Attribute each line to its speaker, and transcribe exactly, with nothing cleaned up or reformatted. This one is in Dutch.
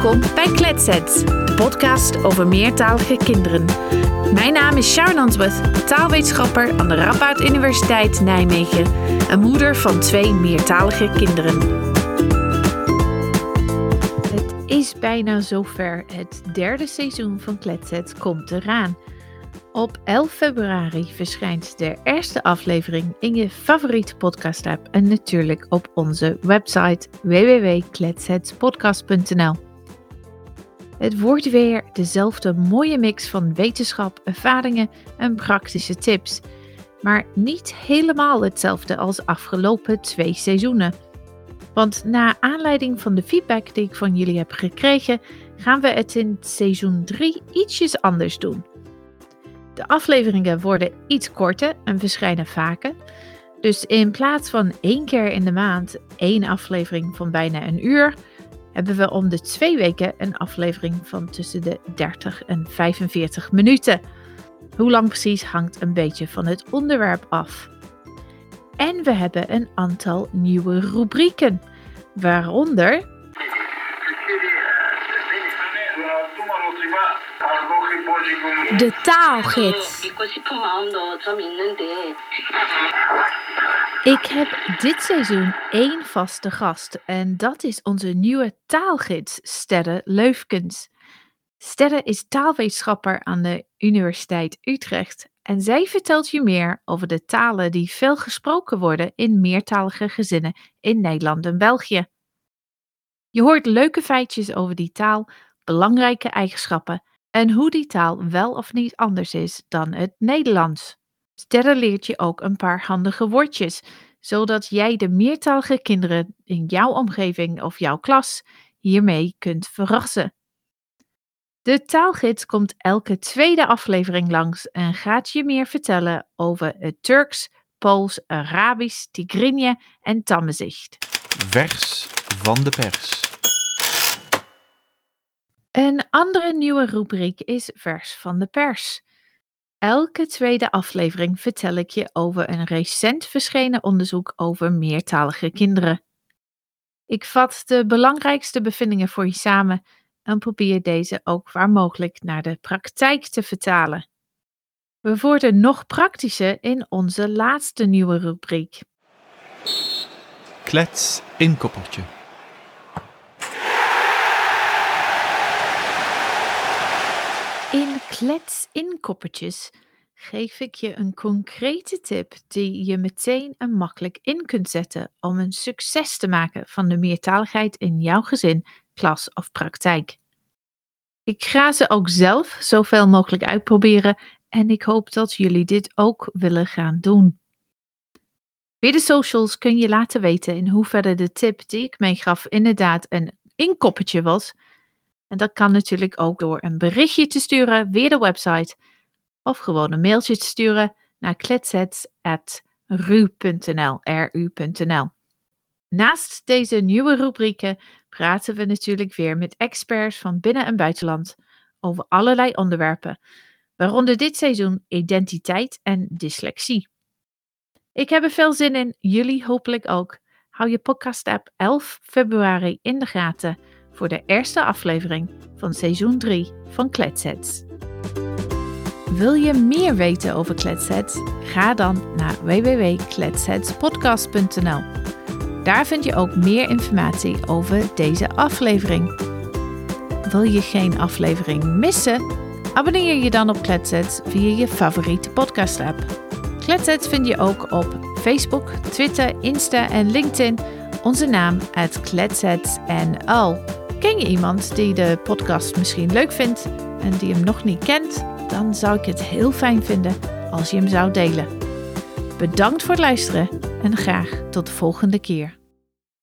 Speaker 1: Welkom bij Kletsets, de podcast over meertalige kinderen. Mijn naam is Sharon Answorth, taalwetenschapper aan de Radboud Universiteit Nijmegen en moeder van twee meertalige kinderen. Het is bijna zover. Het derde seizoen van Kletsets komt eraan. Op elf februari verschijnt de eerste aflevering in je favoriete podcast-app en natuurlijk op onze website w w w punt kletsetspodcast punt n l. Het wordt weer dezelfde mooie mix van wetenschap, ervaringen en praktische tips, maar niet helemaal hetzelfde als afgelopen twee seizoenen. Want na aanleiding van de feedback die ik van jullie heb gekregen, gaan we het in seizoen drie ietsjes anders doen. De afleveringen worden iets korter en verschijnen vaker. Dus in plaats van één keer in de maand één aflevering van bijna een uur, hebben we om de twee weken een aflevering van tussen de dertig en vijfenveertig minuten. Hoe lang precies hangt een beetje van het onderwerp af. En we hebben een aantal nieuwe rubrieken, waaronder
Speaker 2: de taalgids.
Speaker 1: Ik heb dit seizoen één vaste gast en dat is onze nieuwe taalgids Sterre Leufkens. Sterre is taalwetenschapper aan de Universiteit Utrecht en zij vertelt je meer over de talen die veel gesproken worden in meertalige gezinnen in Nederland en België. Je hoort leuke feitjes over die taal, belangrijke eigenschappen en hoe die taal wel of niet anders is dan het Nederlands. Sterre leert je ook een paar handige woordjes, zodat jij de meertalige kinderen in jouw omgeving of jouw klas hiermee kunt verrassen. De taalgids komt elke tweede aflevering langs en gaat je meer vertellen over het Turks, Pools, Arabisch, Tigrinya en Tamazight.
Speaker 3: Vers van de pers.
Speaker 1: Een andere nieuwe rubriek is Vers van de pers. Elke tweede aflevering vertel ik je over een recent verschenen onderzoek over meertalige kinderen. Ik vat de belangrijkste bevindingen voor je samen en probeer deze ook waar mogelijk naar de praktijk te vertalen. We worden nog praktischer in onze laatste nieuwe rubriek.
Speaker 3: Klets inkoppertje.
Speaker 1: In Klets inkoppertjes geef ik je een concrete tip die je meteen en makkelijk in kunt zetten om een succes te maken van de meertaligheid in jouw gezin, klas of praktijk. Ik ga ze ook zelf zoveel mogelijk uitproberen en ik hoop dat jullie dit ook willen gaan doen. Via de socials kun je laten weten in hoeverre de tip die ik meegaf inderdaad een inkoppertje was. En dat kan natuurlijk ook door een berichtje te sturen via de website of gewoon een mailtje te sturen naar kletsets at r u punt n l. Naast deze nieuwe rubrieken praten we natuurlijk weer met experts van binnen- en buitenland over allerlei onderwerpen, waaronder dit seizoen identiteit en dyslexie. Ik heb er veel zin in, jullie hopelijk ook. Hou je podcast-app elf februari in de gaten voor de eerste aflevering van seizoen drie van Kletsets. Wil je meer weten over Kletsets? Ga dan naar w w w punt kletsetspodcast punt n l. Daar vind je ook meer informatie over deze aflevering. Wil je geen aflevering missen? Abonneer je dan op Kletsets via je favoriete podcast-app. Kletsets vind je ook op Facebook, Twitter, Insta en LinkedIn. Onze naam at Kletsets N L. Ken je iemand die de podcast misschien leuk vindt en die hem nog niet kent? Dan zou ik het heel fijn vinden als je hem zou delen. Bedankt voor het luisteren en graag tot de volgende keer.